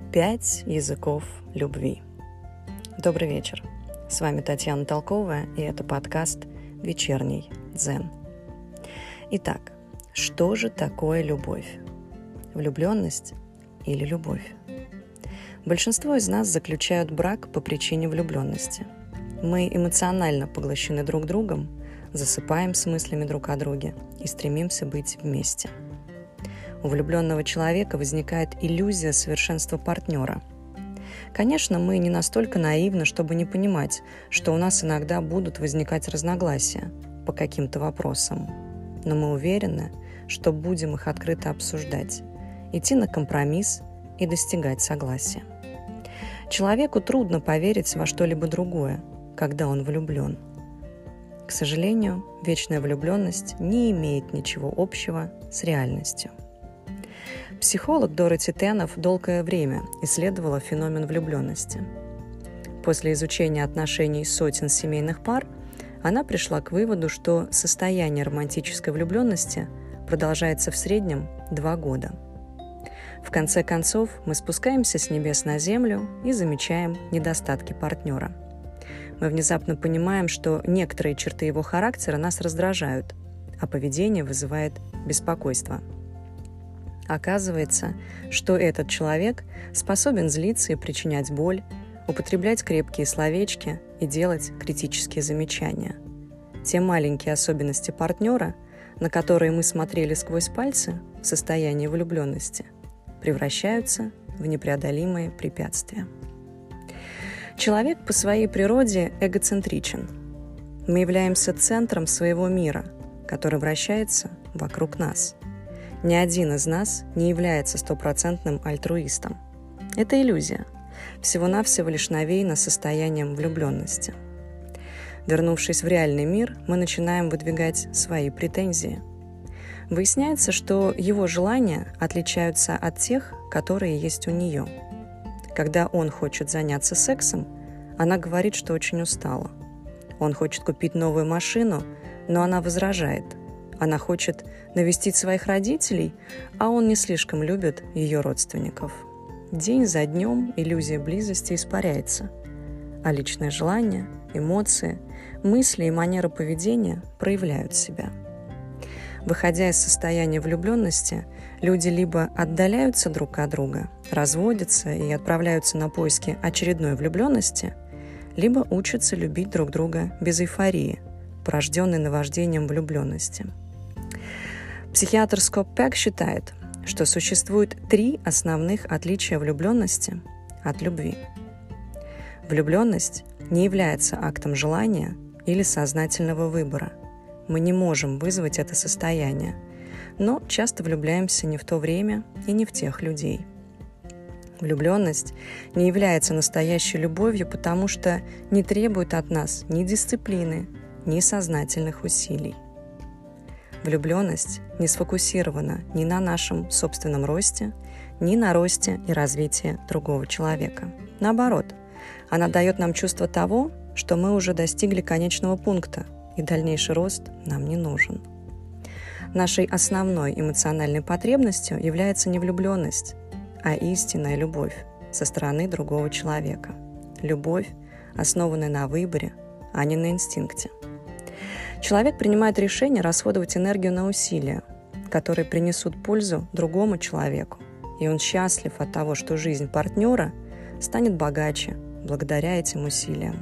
5 языков любви. Добрый вечер. С вами Татьяна Толковая, и это подкаст «Вечерний дзен». Итак, что же такое любовь? Влюбленность или любовь? Большинство из нас заключают брак по причине влюбленности. Мы эмоционально поглощены друг другом, засыпаем с мыслями друг о друге и стремимся быть вместе. У влюбленного человека возникает иллюзия совершенства партнера. Конечно, мы не настолько наивны, чтобы не понимать, что у нас иногда будут возникать разногласия по каким-то вопросам. Но мы уверены, что будем их открыто обсуждать, идти на компромисс и достигать согласия. Человеку трудно поверить во что-либо другое, когда он влюблен. К сожалению, вечная влюбленность не имеет ничего общего с реальностью. Психолог Дороти Теннов долгое время исследовала феномен влюбленности. После изучения отношений сотен семейных пар, она пришла к выводу, что состояние романтической влюбленности продолжается в среднем 2 года. В конце концов, мы спускаемся с небес на землю и замечаем недостатки партнера. Мы внезапно понимаем, что некоторые черты его характера нас раздражают, а поведение вызывает беспокойство. Оказывается, что этот человек способен злиться и причинять боль, употреблять крепкие словечки и делать критические замечания. Те маленькие особенности партнера, на которые мы смотрели сквозь пальцы в состоянии влюбленности, превращаются в непреодолимые препятствия. Человек по своей природе эгоцентричен. Мы являемся центром своего мира, который вращается вокруг нас. Ни один из нас не является стопроцентным альтруистом. Это иллюзия, всего-навсего лишь навеяна состоянием влюбленности. Вернувшись в реальный мир, мы начинаем выдвигать свои претензии. Выясняется, что его желания отличаются от тех, которые есть у нее. Когда он хочет заняться сексом, она говорит, что очень устала. Он хочет купить новую машину, но она возражает. Она хочет навестить своих родителей, а он не слишком любит ее родственников. День за днем иллюзия близости испаряется, а личные желания, эмоции, мысли и манера поведения проявляют себя. Выходя из состояния влюбленности, люди либо отдаляются друг от друга, разводятся и отправляются на поиски очередной влюбленности, либо учатся любить друг друга без эйфории, порожденной наваждением влюбленности. Психиатр Скотт Пек считает, что существует 3 основных отличия влюбленности от любви. Влюбленность не является актом желания или сознательного выбора. Мы не можем вызвать это состояние, но часто влюбляемся не в то время и не в тех людей. Влюбленность не является настоящей любовью, потому что не требует от нас ни дисциплины, ни сознательных усилий. Влюбленность не сфокусирована ни на нашем собственном росте, ни на росте и развитии другого человека. Наоборот, она дает нам чувство того, что мы уже достигли конечного пункта, и дальнейший рост нам не нужен. Нашей основной эмоциональной потребностью является не влюбленность, а истинная любовь со стороны другого человека. Любовь, основанная на выборе, а не на инстинкте. Человек принимает решение расходовать энергию на усилия, которые принесут пользу другому человеку, и он счастлив от того, что жизнь партнера станет богаче благодаря этим усилиям.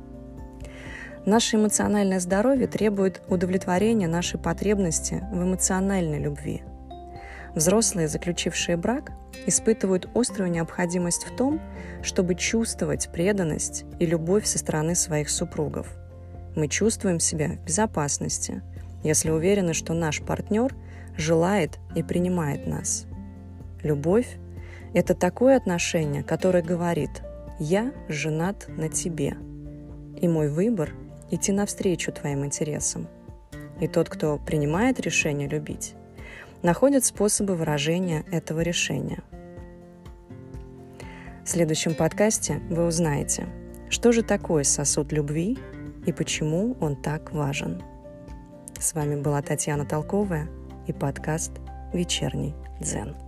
Наше эмоциональное здоровье требует удовлетворения нашей потребности в эмоциональной любви. Взрослые, заключившие брак, испытывают острую необходимость в том, чтобы чувствовать преданность и любовь со стороны своих супругов. Мы чувствуем себя в безопасности, если уверены, что наш партнер желает и принимает нас. Любовь – это такое отношение, которое говорит «я женат на тебе», и мой выбор – идти навстречу твоим интересам. И тот, кто принимает решение любить, находит способы выражения этого решения. В следующем подкасте вы узнаете, что же такое сосуд любви и почему он так важен. С вами была Татьяна Толковая и подкаст «Вечерний дзен».